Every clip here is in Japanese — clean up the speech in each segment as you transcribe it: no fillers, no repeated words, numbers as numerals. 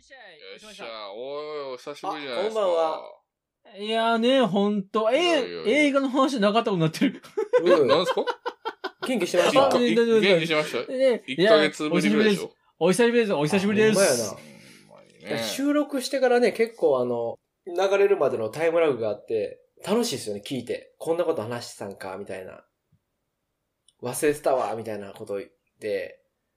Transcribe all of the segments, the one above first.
よっしゃ、お久しぶりじゃないですか。 こんばんは。 いやーね、ほんと。映画の話なかったことになってる。 なんですか元気してました元気しました。 ね 1ヶ月ぶりぐらいでしょ。 お久しぶりです。お久しぶりです。 ほんまやな。収録してからね、結構流れるまでのタイムラグがあって、楽しいですよね、聞いて。こんなこと話してたんか、みたいな。忘れてたわ、みたいなこと言って。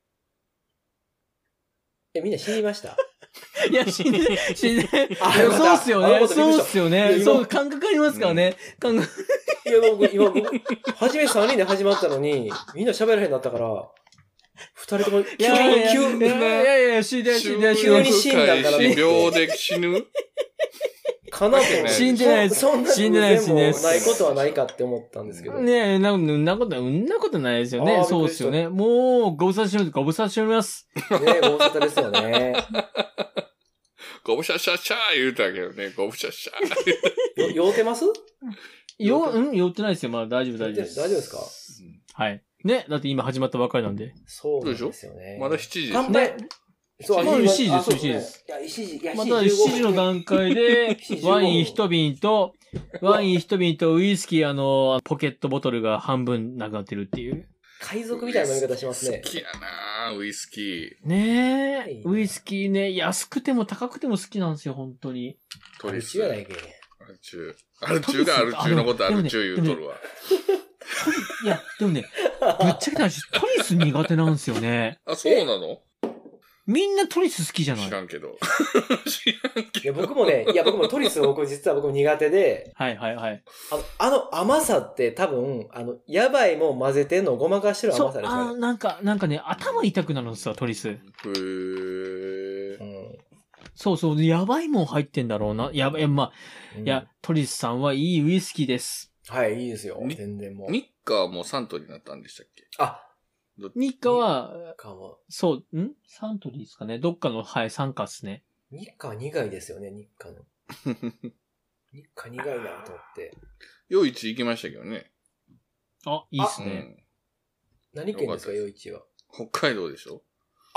みんな死にましたいや、死んで、そうっすよね。そうっすよね。そう、感覚ありますからね。感覚。 いや、僕、初め3人で始まったのに、みんな喋らへんようになったから、2人とも急に、 死んで、 急に死んだからね。 病で死ぬかなって死んでないです。 そんな死んでないですね。 ないことはないかって思ったんですけど。 ねえ、うんなことないですよね。そうですよね。もう、ご無沙汰しております。 ねえ、ご無沙汰ですよね。 ごぶしゃしゃしゃー言うたけどね、ごぶしゃしゃー。 酔うてます酔ってないですよ。まあ大丈夫です。 大丈夫ですかはい。ね、だって今始まったばっかりなんで。 そうですよね。 まだ7時です乾杯そう、7時です、7時です。また7時の段階で、ワイン一瓶とウイスキーポケットボトルが半分なくなってるっていう。 海賊みたいな飲み方しますね。 好きやなウイスキー。ねえ、ウイスキーね、安くても高くても好きなんですよ、本当に。 アル中やないけ。 アル中がアル中のことアル中言うとるわ。 いや、でもね、ぶっちゃけた話、トリス苦手なんですよね。 あ、そうなの？ みんなトリス好きじゃない？ 知らんけど。 いや、僕もトリス実は僕も苦手で。 はい。 甘さって多分、やばいもん混ぜてんのをごまかしてる甘さですよね。 なんかね、頭痛くなるんですよ、トリス。そう、やばいもん入ってんだろうな。いや、トリスさんはいいウイスキーです。 はい、いいですよ。全然もう。 日課はもうサントリーになったんでしたっけ？ 日課は、そう、サントリーですかね。どっかの、参加っすね。 日課は苦いですよね、日課の。日課苦いなと思って。 夜市行きましたけどね。 あ、いいっすね。 何県ですか、夜市は。 北海道でしょ？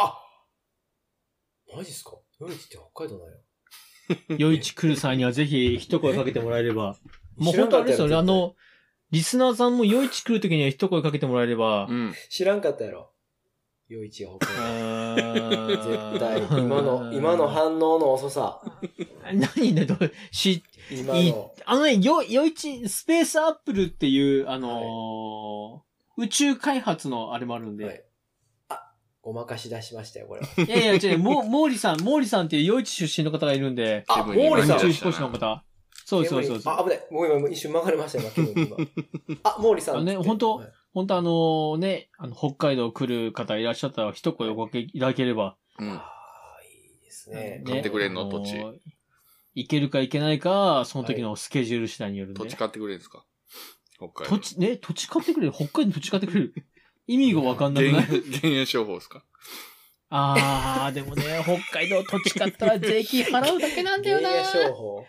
マジっすか？夜市って北海道だよ。 夜市来る際にはぜひ一声かけてもらえれば。もう本当あれですよね、リスナーさんも夜市来るときには一声かけてもらえれば。 知らんかったやろ。夜市は北海道。絶対。今の反応の遅さ。 何ね、今の。夜市、スペースアップルっていう、宇宙開発のあれもあるんで。 ごまかし出しましたよ、これは。 いや、違う、毛利さんっていう夜市出身の方がいるんで。 毛利さん。 宇宙飛行士の方。そう。 危ない。もう一瞬曲がりましたよ、今。毛利さん。 本当北海道来る方いらっしゃったら一声おかけいただければ。 いいですね。 買ってくれんの、土地。 行けるか行けないか、その時のスケジュール次第によるんで。 土地買ってくれるんですか？北海道。 土地買ってくれる？北海道土地買ってくれる？意味がわかんなくない？ 減塩商法ですか？ でもね、北海道土地買ったら税金払うだけなんだよな。 減塩商法。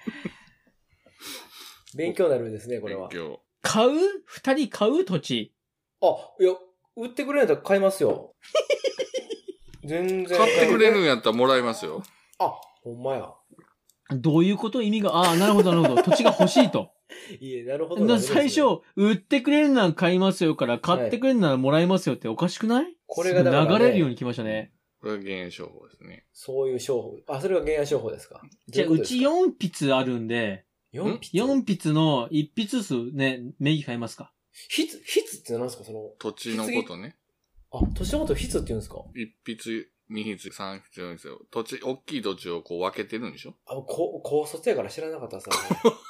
勉強になるんですね、これは。 2人買う土地。 いや、売ってくれないと買いますよ。全然。 買ってくれるんやったらもらいますよ。 ほんまや。 どういうこと意味が、なるほど。土地が欲しいと。 なるほど。 最初、売ってくれるなら買いますよから、買ってくれるならもらいますよっておかしくない？ これがだから流れるように来ましたね。 これが減塩商法ですね。 そういう商法。それが減塩商法ですか？ じゃあ、うち4筆あるんで、4筆の1筆ずつね、名義買いますか？ 筆って何ですか？ 土地のことね。 土地のことを筆って言うんですか ？1筆、2筆、3筆なんですよ。大きい土地をこう分けてるんでしょ？ 高卒やから知らなかったさ。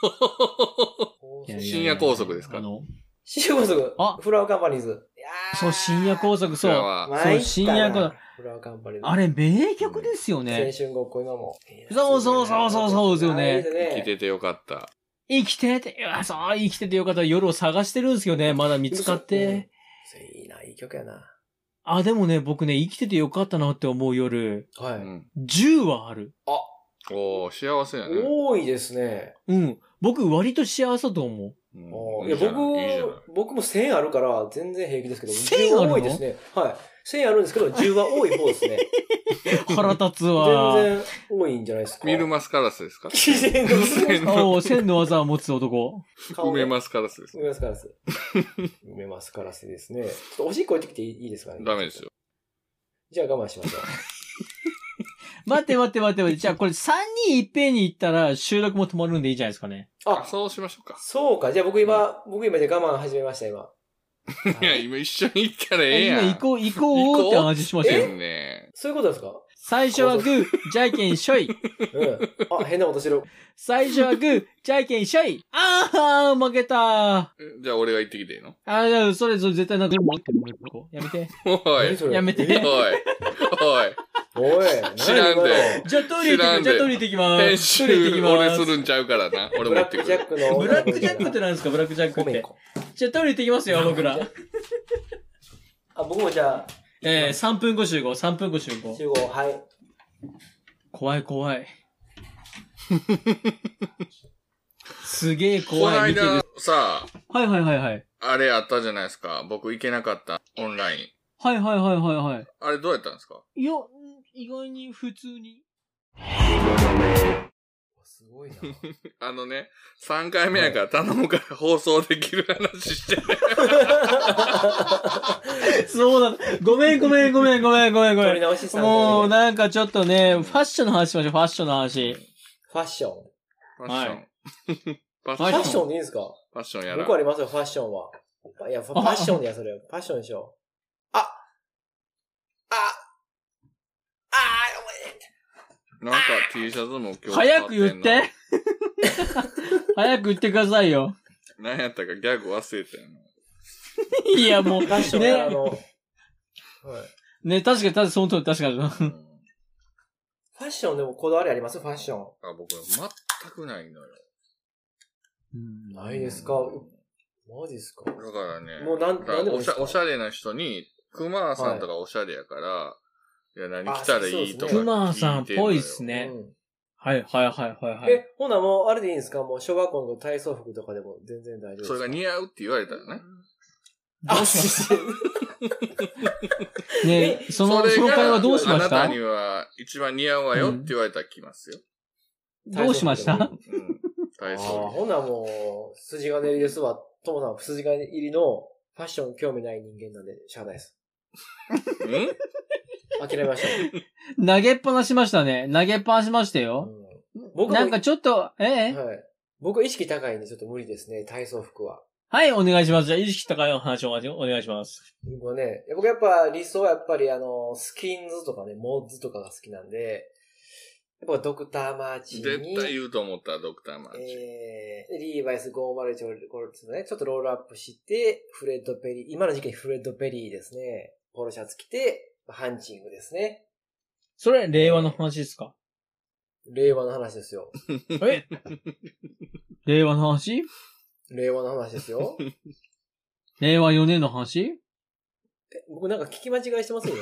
深夜高速ですか？ 深夜高速。フラワーカンパニーズ。 そう、深夜高速、そう。深夜高速。 フラワーカンパニーズ。 あれ、名曲ですよね。 青春ごっこ今も。 そうですよね。 生きててよかった。 生きててよかった。夜を探してるんですよね。まだ見つかって。 いいな、いい曲やな。 でもね、僕ね、生きててよかったなって思う夜。10はある。 幸せやね。 多いですね。 僕、割と幸せだと思う。 僕も1000あるから全然平気ですけど。 1000あるの？ 多いですね。はい。 1000あるんですけど、10は多い方ですね。 腹立つわ。 全然多いんじゃないですか。 ミルマスカラスですか？ おう、千の技を持つ男。 梅マスカラスです。 梅マスカラス。梅マスカラスですね。ちょっとおしっこ行ってきていいですかね？ ダメですよ。 じゃあ我慢しましょう。 待って。じゃあこれ3人いっぺんに行ったら収録も止まるんでいいじゃないですかね。 あ、そうしましょうか。 そうか。じゃあ僕今で我慢始めました、今。 いや、今一緒に行ったらええやん。 今行こうって話しましたよ。 そういうことですか？ 最初はグー、じゃんけんしょい。 うん。あ、変なことしてる。 最初はグー、じゃんけんしょい。あー、負けた。 じゃあ俺が行ってきていいの？ じゃあそれ絶対なんか、やめて。 おい。 やめて。 おい。 知らんで。 じゃあトイレ行ってきます。 編集俺するんちゃうからな。俺持ってくる。 ブラックジャックって何ですか？ブラックジャックって。じゃあトイレ行ってきますよ、僕ら。 あ、僕もじゃあ。 3分後集合。 集合、はい。 怖い。すげえ怖い。 この間さ、 はい。 あれあったじゃないですか。僕行けなかったオンライン。 はい。 あれどうやったんですか？ いや、意外に普通に。 すごいな。 3回目やから頼むから放送できる話して。 そうだ。ごめん。 取り直しさん。 もうなんかちょっとね、ファッションの話しましょう、ファッションの話。 ファッションファッション。 ファッションでいいんですか？ ファッションやら。 僕ありますよ、ファッションは。いや、ファッションでや、それ。ファッションでしょ。 なんか T シャツも今日早く言って早く言ってくださいよ。 何やったかギャグ忘れたよ。 いや、もう、 ファッションね。 はい。 ね、確かに、その通り、確かに。 ファッションでもこだわりあります？ファッション。 僕、全くないのよ。 ないですか？マジですか？ だからね、 もうなんでもいいですか？ おしゃれな人に、熊さんとかおしゃれやから、いや、何着たらいいとか。 熊さんっぽいっすね。はい。 ほなもう、あれでいいんですか？もう、小学校の体操服とかでも全然大丈夫ですか？ それが似合うって言われたらね。 ね、その会話どうしました？ あなたには一番似合うわよって言われたら来ますよ。 どうしました？ 体操。 ほなもう、筋金入りですわ。ともさん、筋金入りのファッション興味ない人間なんで、しゃあないです。諦めました。 投げっぱなしましたね。投げっぱなしましたよ。僕なんかちょっと、はい。 僕は意識高いんでちょっと無理ですね、体操服は。 はい、お願いします。じゃあ、意識高いお話をお願いします。 僕はね、僕やっぱ理想はやっぱりスキンズとかね、モッズとかが好きなんで、やっぱドクターマーチンに。 絶対言うと思った、ドクターマーチン。 リーバイス501これね、ちょっとロールアップして、フレッドペリー、今の時期にフレッドペリーですね。ポロシャツ着て、ハンチングですね。 それ、令和の話ですか？ 令和の話ですよ。 令和の話？ 令和の話ですよ。 令和4年の話？ 僕なんか聞き間違いしてますよ。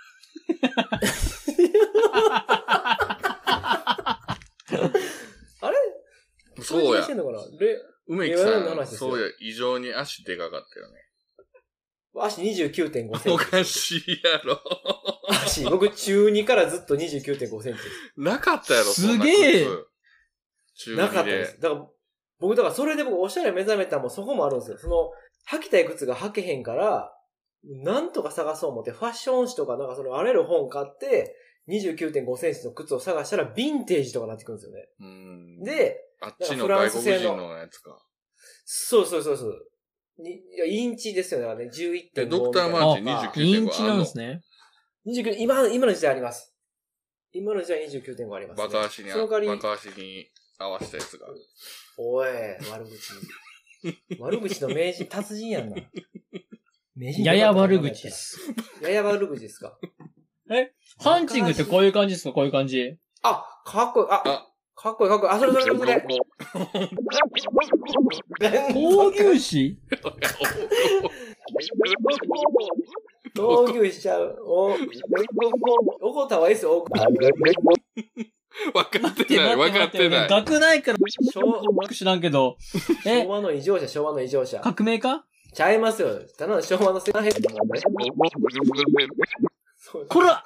あれそうや。梅木さん、 そうや、異常に足でかかったよね。 足 29.5 センチ。 おかしいやろ。 足、僕中2からずっと 29.5 センチです。 なかったやろ、 すげえ。 なかったです。だからそれで僕おしゃれ目覚めたのもそこもあるんですよ。履きたい靴が履けへんから、なんとか探そう思って、ファッション誌とかなんかあらゆる本買って、29.5 センチの靴を探したら、ヴィンテージとかなってくるんですよね。で、 あっちの外国人のやつか。 そう。インチですよね、あれね。11.5。 ドクターマーチン 29.5。 インチなんですね。 29、今の時代あります。今の時代 29.5 あります、ね。 バカ足に合わせたやつが。 おい、悪口の名人、達人やんな。 やや悪口です。 やや悪口ですか？ ハンチングってこういう感じですか？こういう感じ。 かっこいい。かっこいい。それ。 闘牛士闘牛しちゃう。おこたはいいっすよ。 分かってない。 学内から知らんけど。 昭和の異常者。 革命家？ ちゃいますよ。ただの昭和の世代。 こら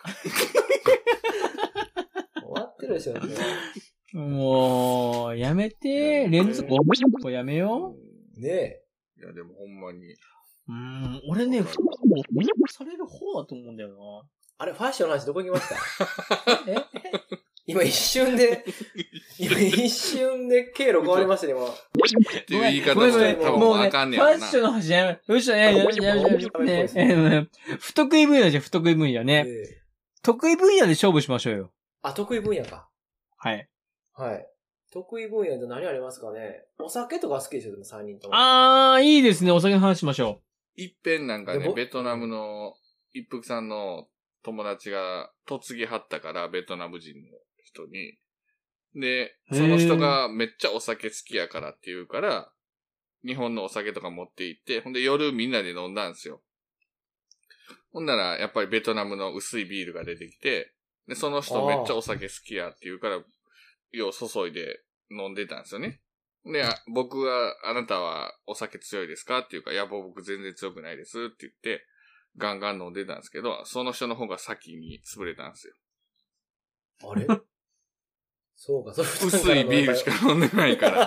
終わってるでしょ、ね。 もう、やめて、連続をやめよう。ねえ。 いや、でもほんまに。 俺ね、される方だと思うんだよな。 あれ、ファッションの話どこ行きました今一瞬で経路変わりましたね、今。 っていう言い方して多分あかんねやろな。 ファッションの話やめ、不得意分野じゃ不得意分野ね。得意分野で勝負しましょうよ。 あ、得意分野か。 はい。 はい。得意分野で何ありますかね。お酒とか好きでしょ、でも3人とも。 いいですね。お酒の話しましょう。いっぺんなんかね、ベトナムの一服さんの友達が嫁ぎはったから、ベトナム人の人に。で、その人がめっちゃお酒好きやからって言うから、日本のお酒とか持って行って、ほんで夜みんなで飲んだんですよ。ほんなら、やっぱりベトナムの薄いビールが出てきて、で、その人めっちゃお酒好きやって言うから、よう注いで飲んでたんですよね。で、僕は、あなたはお酒強いですかっていうか、いや、僕全然強くないですって言って、ガンガン飲んでたんですけど、その人の方が先に潰れたんですよ。 あれそうか、 薄いビールしか飲んでないから。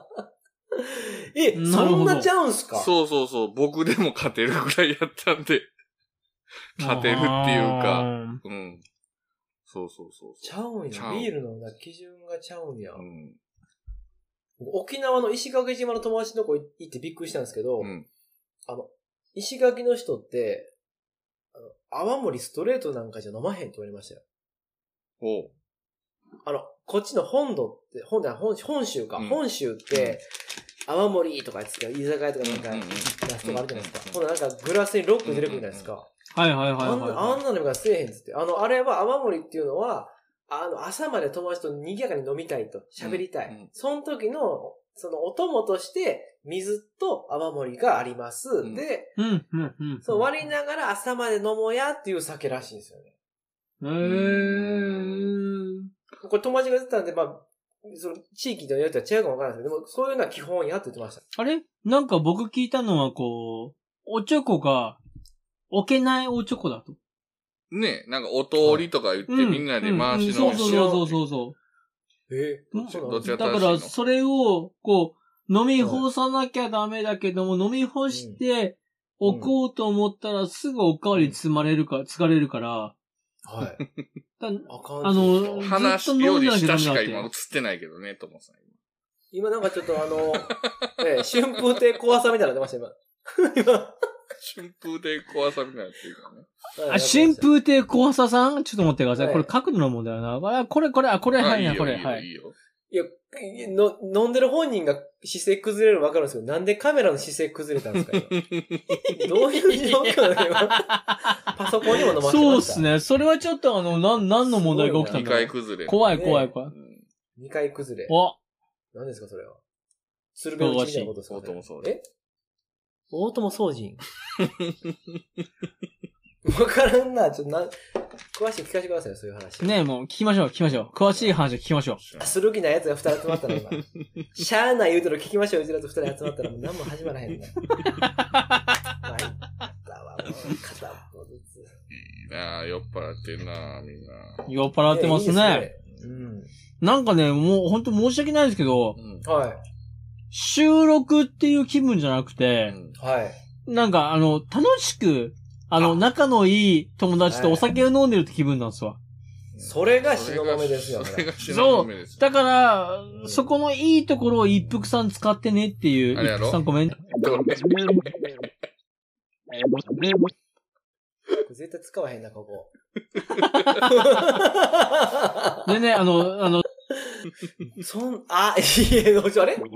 そんなちゃうんすか？ そうそうそう。僕でも勝てるぐらいやったんで。勝てるっていうか。うん。そうそうそう。 ちゃうんや。ビールの基準がちゃうんや。沖縄の石垣島の友達のとこ行ってびっくりしたんですけど、石垣の人って、泡盛ストレートなんかじゃ飲まへんって言われましたよ。 おう。 こっちの本州か。本州って、泡盛とかやつって、居酒屋とかなんか、出すとかあるじゃないですか。ほんでなんかグラスにロック出てくるじゃないですか。 はい。 あんなのがせえへんっつって。あれは泡盛っていうのは、朝まで友達と賑やかに飲みたいと、喋りたい。その時の、そのお供として、水と泡盛があります。で、そう割りながら朝まで飲もうやっていう酒らしいんですよね。これ友達が言ってたんで、その地域によっては違うかもわからないですけど、でもそういうのは基本やって言ってました。 あれなんか僕聞いたのはおちょこが、置けないおちょこだと。 ねえ、なんかお通りとか言ってみんなで回しの。 そう。 どっちが正しいの？ だからそれを、飲み干さなきゃダメだけども、飲み干して置こうと思ったらすぐおかわり継がれるから、 はい。 話より下しか今映ってないけどね、ともさん。 今なんかちょっと春風亭怖さみたいなの出ました、今。 春風亭怖さみたいなっていうかね。 春風亭怖ささんちょっと待ってください。これ角度の問題だな。これ、はいな、これ。はい。 いや、飲んでる本人が姿勢崩れるの分かるんですけど、なんでカメラの姿勢崩れたんですかどういう状況だよ、パソコンにも飲ませてました。 そうっすね。それはちょっと何の問題が起きたんだろう。 2回崩れ。 怖い。 2回崩れ。何ですか、それは。鶴瓶打ちみたいなことですか？ 大友宗人。 大友宗人わからんな。ちょっと詳しく聞かせてくださいよ、そういう話。 ねえ、もう聞きましょう。詳しい話を聞きましょう。 する気ない奴が2人集まったら今。しゃーない言うてる聞きましょう、うちらと2人集まったらもう何も始まらへんね。まあ、いったわ、もう片っぽずつ。 いいなぁ、酔っ払ってんなぁ、みんな。 酔っ払ってますね。なんかね、もうほんと申し訳ないですけど、 はい。 収録っていう気分じゃなくて、 はい。 なんか楽しく、仲のいい友達とお酒を飲んでるって気分なんですわ。 それが東雲ですよ、 それが東雲です。 そう。だから、そこのいいところを一服さん使ってねっていう、一服さんコメント。 絶対使わへんな、ここ。 でね、 いや、あれ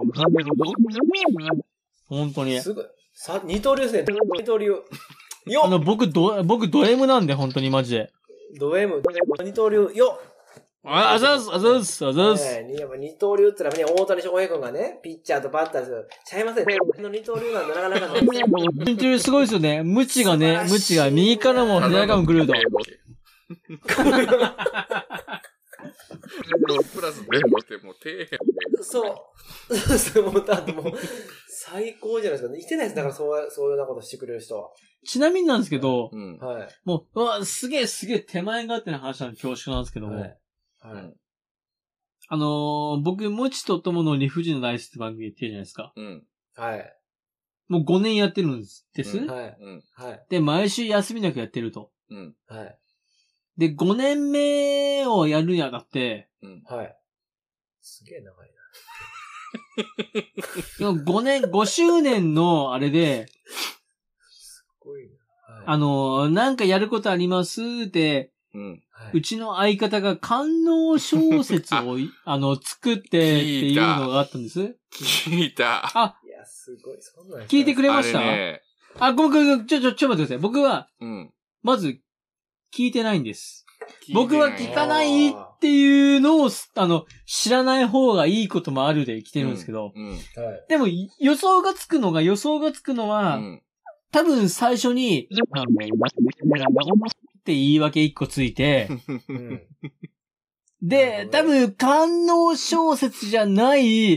本当に。 すごい。二刀流ですね、二刀流。 よ僕ド M なんで、本当にマジで。 ド M、二刀流、よあざっす。 二刀流ってのはね、大谷翔平君がね、ピッチャーとバッターですちゃいません。二刀流なんでなかなかの。 二刀流すごいですよね。ムチが右からも左からも来ると。 プラスでもってもう底辺そう。もう、あともう、 最高じゃないですか。いてないです。だからそういうようなことしてくれる人は。 ちなみになんですけど、 はい。 もう、すげえ手前勝手な話なの恐縮なんですけども、はい僕、もちとともの理不尽なダイスって番組やってるじゃないですか。 はい。 もう5年やってるんです。 はい。はい。 で、毎週休みなくやってると。 はい。 で、5年目をやるにあたって、 はい。すげえ長いな。5周年のあれで、 すごいな。はい、なんかやることありますって、うちの相方が官能小説を作ってっていうのがあったんです。 聞いた。 いや、すごい。そんなん聞いてくれました？ごめん、ちょっと待ってください。僕は、まず、聞いてないんです。僕は聞かないっていうのを、知らない方がいいこともあるで来てるんですけど、でも、予想がつくのは、多分最初に、って言い訳一個ついて、で、多分、官能小説じゃない、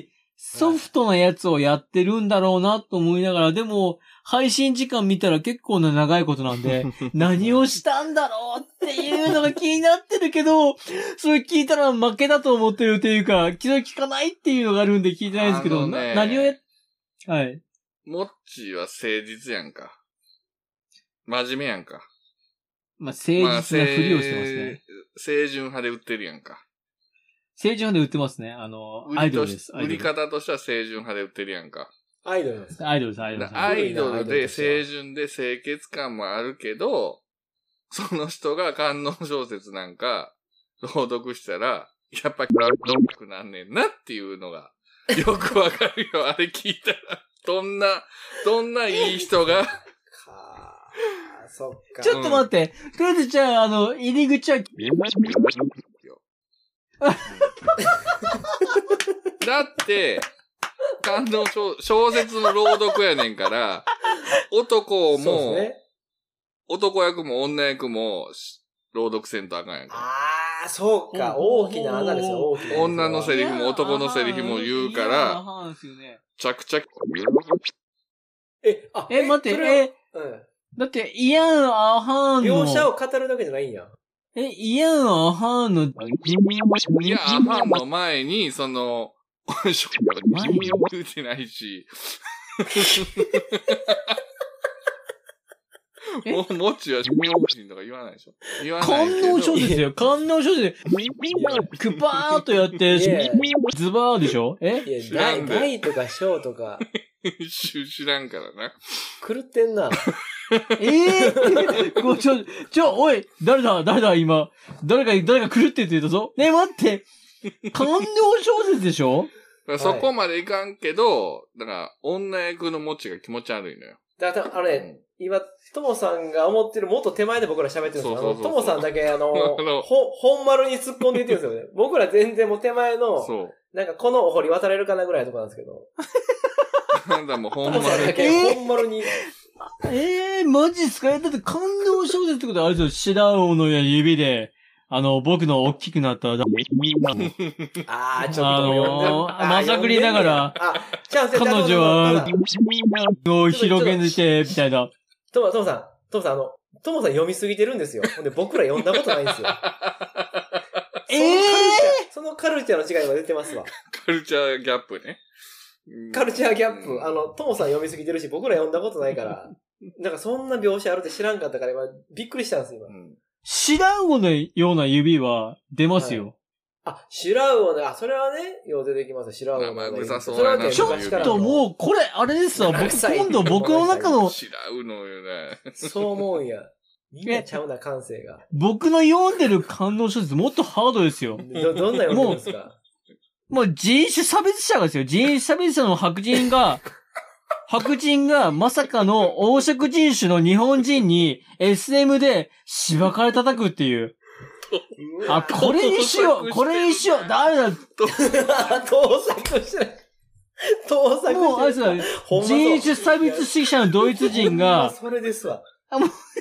ソフトなやつをやってるんだろうなと思いながら、でも、配信時間見たら結構な長いことなんで、何をしたんだろうっていうのが気になってるけど、それ聞いたら負けだと思ってるっていうか、それ聞かないっていうのがあるんで聞いてないんですけど、何をはい。 モッチーは誠実やんか。真面目やんか。 誠実なふりをしてますね。 清純派で売ってるやんか。 清純派で売ってますね。アイドルです。 売り方としては清純派で売ってるやんか。 アイドルです。 アイドルで清純で清潔感もあるけど、その人が官能小説なんか朗読したら、やっぱり朗読なんねんなっていうのがよくわかるよ。あれ聞いたら。どんないい人が。 そっか。 ちょっと待って。とりあえずじゃあ、入り口は、 だって、官能小説の朗読やねんから、男も、男役も女役も、朗読せんとあかんやんか。 そうか。大きな穴ですよ、大きな。 女のセリフも男のセリフも言うから、着々。 待って、だって、イヤン・アハーンの。 描写を語るだけじゃないんや。 イヤン・アハーンの。 イヤン・アハーンの前に、自分も言うてないし。もっちは自分人とか言わないでしょ。言わない。 官能小説よ。官能小説。クパーっとやって、ズバーでしょ？ 大とか小とか。 知らんからな。 狂ってんな。 おい、誰だ、今。誰が狂ってって言ったぞ。ね、待って。官能小説でしょ？ そこまでいかんけど、だから、女役のもちが気持ち悪いのよ。 だから、今、ともさんが思ってるもっと手前で僕ら喋ってるんですよ。ともさんだけ、本丸に突っ込んでいってるんですよね。僕ら全然もう手前の、なんかこのお堀渡れるかなぐらいのとこなんですけど。 なんだもう本丸。 ともさんだけ本丸に。 マジっすか？だって感動小説ってことはあれですよ。白尾の指で、僕の大きくなった、ちょっとまさぐりながら、彼女は、を広げて、みたいな。 ともさん読みすぎてるんですよ。ほんで僕ら読んだことないんですよ。そのカルチャーの違いが出てますわ。 カルチャーギャップね。 カルチャーギャップ。ともさん読みすぎてるし、僕ら読んだことないから、なんかそんな描写あるって知らんかったから今、びっくりしたんですよ、今。 白魚のような指は出ますよ。 白魚ね。それはね、よう出てきますよ、白魚の指。 ちょっともう、これ、あれですわ。今度僕の中の。 白魚よね。 そう思うんや。みんなちゃうな、感性が。 僕の読んでる官能小説もっとハードですよ。 どんな読んでるんですか？ もう人種差別者がですよ。人種差別者の白人がまさかの黄色人種の日本人に SM で芝刈り叩くっていう。これにしよう。誰だ。 盗作してない。 もう、あれですよ。人種差別主義者のドイツ人が、 それですわ。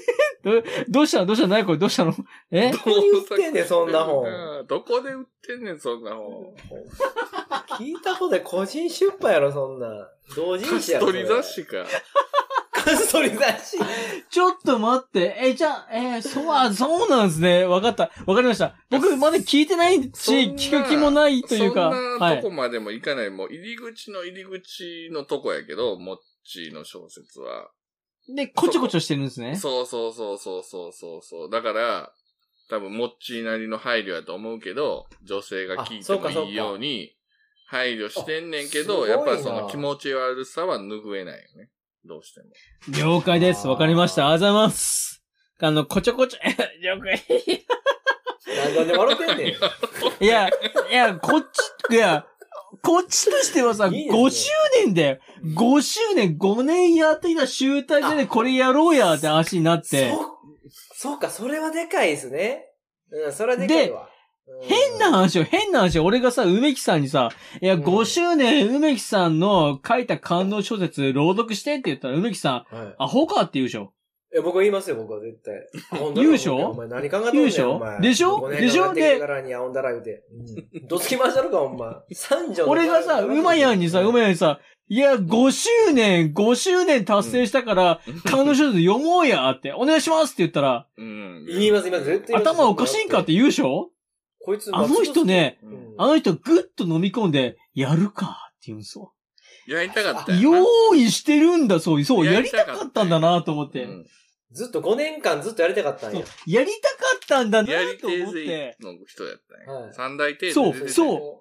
どうしたの何これどうしたのどこに売ってんねん、そんな本。 どこで売ってんねん、そんな本。 聞いたことない。個人出版やろ、そんな。同人誌やろ。 カストリ雑誌か。 カストリ雑誌。 ちょっと待って。じゃあ、そうなんですね。わかった。わかりました。僕まだ聞いてないし、聞く気もないというか。 そんなとこまでもいかない。もう入り口のとこやけど、モッチーの小説は。 で、こちょこちょしてるんですね。 そう。だから、多分、モッチーなりの配慮やと思うけど、女性が聞いてもいいように、配慮してんねんけど、やっぱりその気持ち悪さは拭えないよね。どうしても。 了解です。わかりました。ありがとうございます。こちょこちょ、了解。 なんで笑ってんねん。 こっちとしてはさ、いいね、5周年だよ。5周年、5年やっていた集大成でこれやろうやって話になって。 そうか、それはでかいですね。うん、それはでかいわ。 変な話よ。俺がさ、梅木さんにさ、5周年梅木さんの書いた感動小説朗読してって言ったら梅木さん、アホかって言うでしょ。 僕は言いますよ、僕は絶対。 言うでしょお前何考えてんねん。言うでしょでしょでしょで、どつき回しゃるか、ほんま。 俺がさ、馬やんにさ、いや、5周年達成したから、感動小説読もうやって、お願いしますって言ったら、 言います、絶対。 頭おかしいんかって言うでしょこいつ、 あの人ね、ぐっと飲み込んで、やるかって言うんですよ。 やりたかったよ。 用意してるんだ、そう、やりたかったんだなと思って。 ずっと5年間ずっとやりたかったんや。 やりたかったんだなと思って。 やりテーゼの人やったんや。三大テーゼ。そう。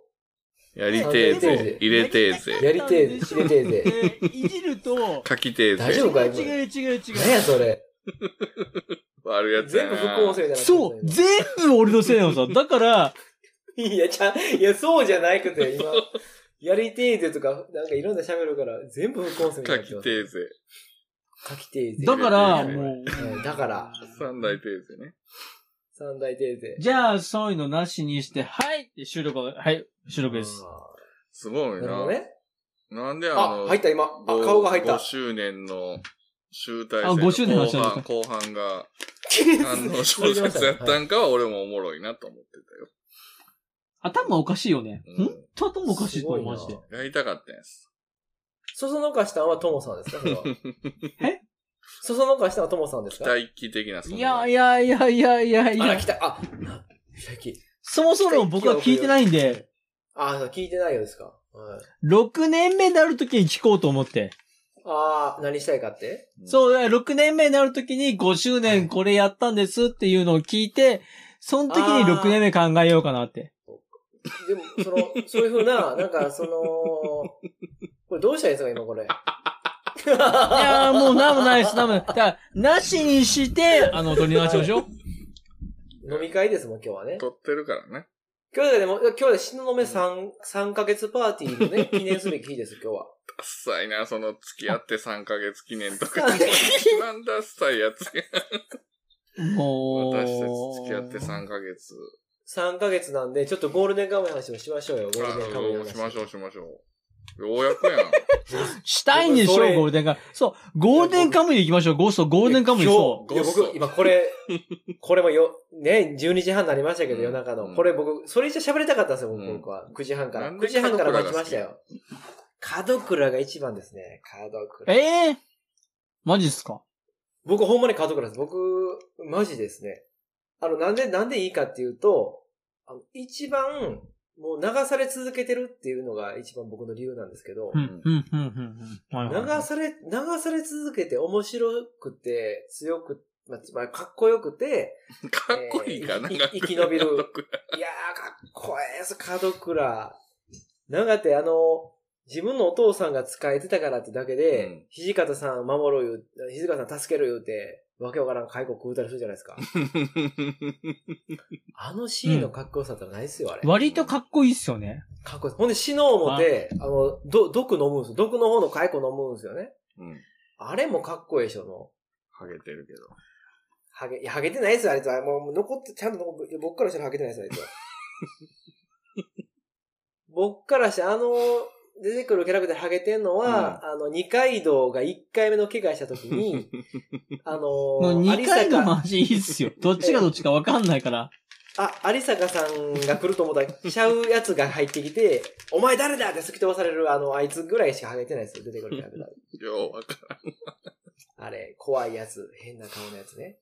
やりテーゼ、入れテーゼ。 やりテーゼ、入れテーゼ。 いじると、 書きテーゼ。 大丈夫か今。 違う。 何やそれ。 悪いやつやな。 全部不公正だな。 そう、全部俺のせいなのさ。だから、 いや、そうじゃないくて、今。やりてーぜとか、なんかいろんな喋るから、全部不公正になってます。 書きテーゼ。 書きテーゼ。 だから、もう。 だから。 三大テーゼね。 三大テーゼ。 じゃあ、そういうのなしにして、はいって収録です。 すごいな。なんで入った今。顔が入った。 5周年の集大成の5周年の後半が、小説やったんかは俺もおもろいなと思ってたよ。 頭おかしいよね。ほんと頭おかしいと思いまして。 やりたかったんです。 そそのかしたんはトモさんですかそれは。そそのかしたんはトモさんですか期待期的な存在。 いや。 来た。 そもそも僕は聞いてないんで。 聞いてないようですか。 6年目になるときに聞こうと思って。 何したいかってそう、6年目になるときに5周年これやったんですっていうのを聞いて、その時に6年目考えようかなって。 でも、そういう風な、なんか、これどうしたらいいですか、今これ。 いやー、もうなんもないです、だから、なしにして、取り直しましょう。 飲み会ですもん、今日はね。 撮ってるからね。 今日で東雲3ヶ月パーティーのね、記念すべき日です、今日は。 ダッサいな、付き合って3ヶ月記念とか。一番ダッサいやつや。 もう。 私たち付き合って3ヶ月。 3ヶ月なんで、ちょっっとゴールデンカムイの話もしましょうよ、ゴールデンカムイの話。 しましょう。ようやくやん。 したいんでしょ、ゴールデンカムイ。そう、ゴールデンカムイで行きましょう、ゴールデンカムイそう。 いや、僕、今これもね、12時半になりましたけど、夜中の。これ僕、それ以上喋りたかったんですよ、僕は。9時半から。9時半から待ちましたよ。門倉が一番ですね、門倉。 マジっすか？ 僕、ほんまに門倉です。僕、マジですね。なんでいいかっていうと、一番、もう流され続けてるっていうのが一番僕の理由なんですけど、流され続けて面白くて、強く、かっこよくて、 かっこいいかな、 生き延びる。いやー、かっこいいです、門倉。なんかって自分のお父さんが使えてたからってだけで、土方さん守ろう土方さん助けろ言うて、わけわからん解雇食うたりするじゃないですか。シーンのかっこよさってないですよ、あれ。 割とかっこいいっすよね。 かっこいい。ほんで死のう思って、毒飲むんですよ。毒の方の解雇飲むんですよね。あれもかっこいいでしょ、 ハゲてるけど。 ハゲてないですよ、あいつは。もう残って、ちゃんと僕からしたらハゲてないです、あいつは。僕からして出てくるキャラクターハゲてんのは、二階堂が1回目の怪我した時に、 もう2回の話いいっすよ。どっちがどっちかわかんないから。 有坂さんが来ると思ったら、ちゃうやつが入ってきて、お前誰だって突き飛ばされるあいつぐらいしかハゲてないですよ、出てくるキャラクター。 ようわからん。 あれ、怖いやつ、変な顔のやつね。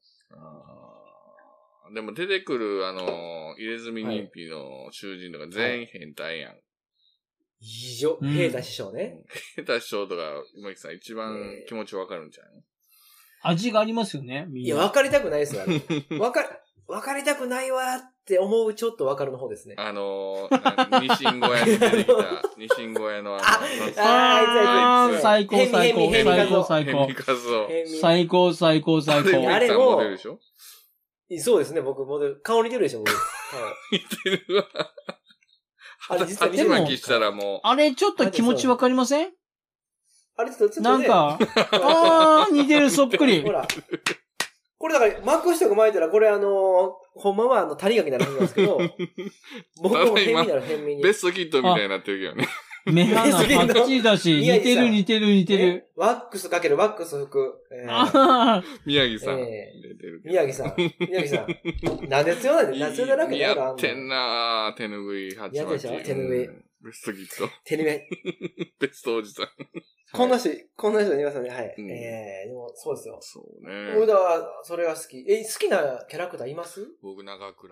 でも出てくる入れ墨人皮の囚人とか全員変態やん。 異常、平太師匠ね。 平太師匠とか、今木さん一番気持ちわかるんじゃないの？ 味がありますよね、みんな。 いや、わかりたくないですよ、あれ。わかりたくないわって思うちょっとわかるの方ですね。 ニシン小屋に出てきた、ニシン小屋のあいつ最高。 ヘミカズオ。 最高。 あれも、そうですね、僕、顔似てるでしょ、僕。 似てるわ。鉢巻きしたらもう。 あれちょっと気持ちわかりません？ あれちょっとなんか、似てるそっくり。 ほら。これだから、マックシとか巻いたら、これほんまは谷垣になるんですけど、僕も変になる、変に。 ベストキットみたいになってるけどね。 目鼻パッチリだし、似てる。 ワックスかけるワックス服。 宮城さん。 宮城さん。なんですよね。夏だらけやってんなぁ。手ぬぐい鉢巻き。 やってでしょ手ぬぐい。 ベストキット。 手ぬぐい。 ベストおじさん。 こんな人いますよね。はい。でも、そうですよ。 そうね。 僕は、それが好き。好きなキャラクターいます？ 僕、長倉。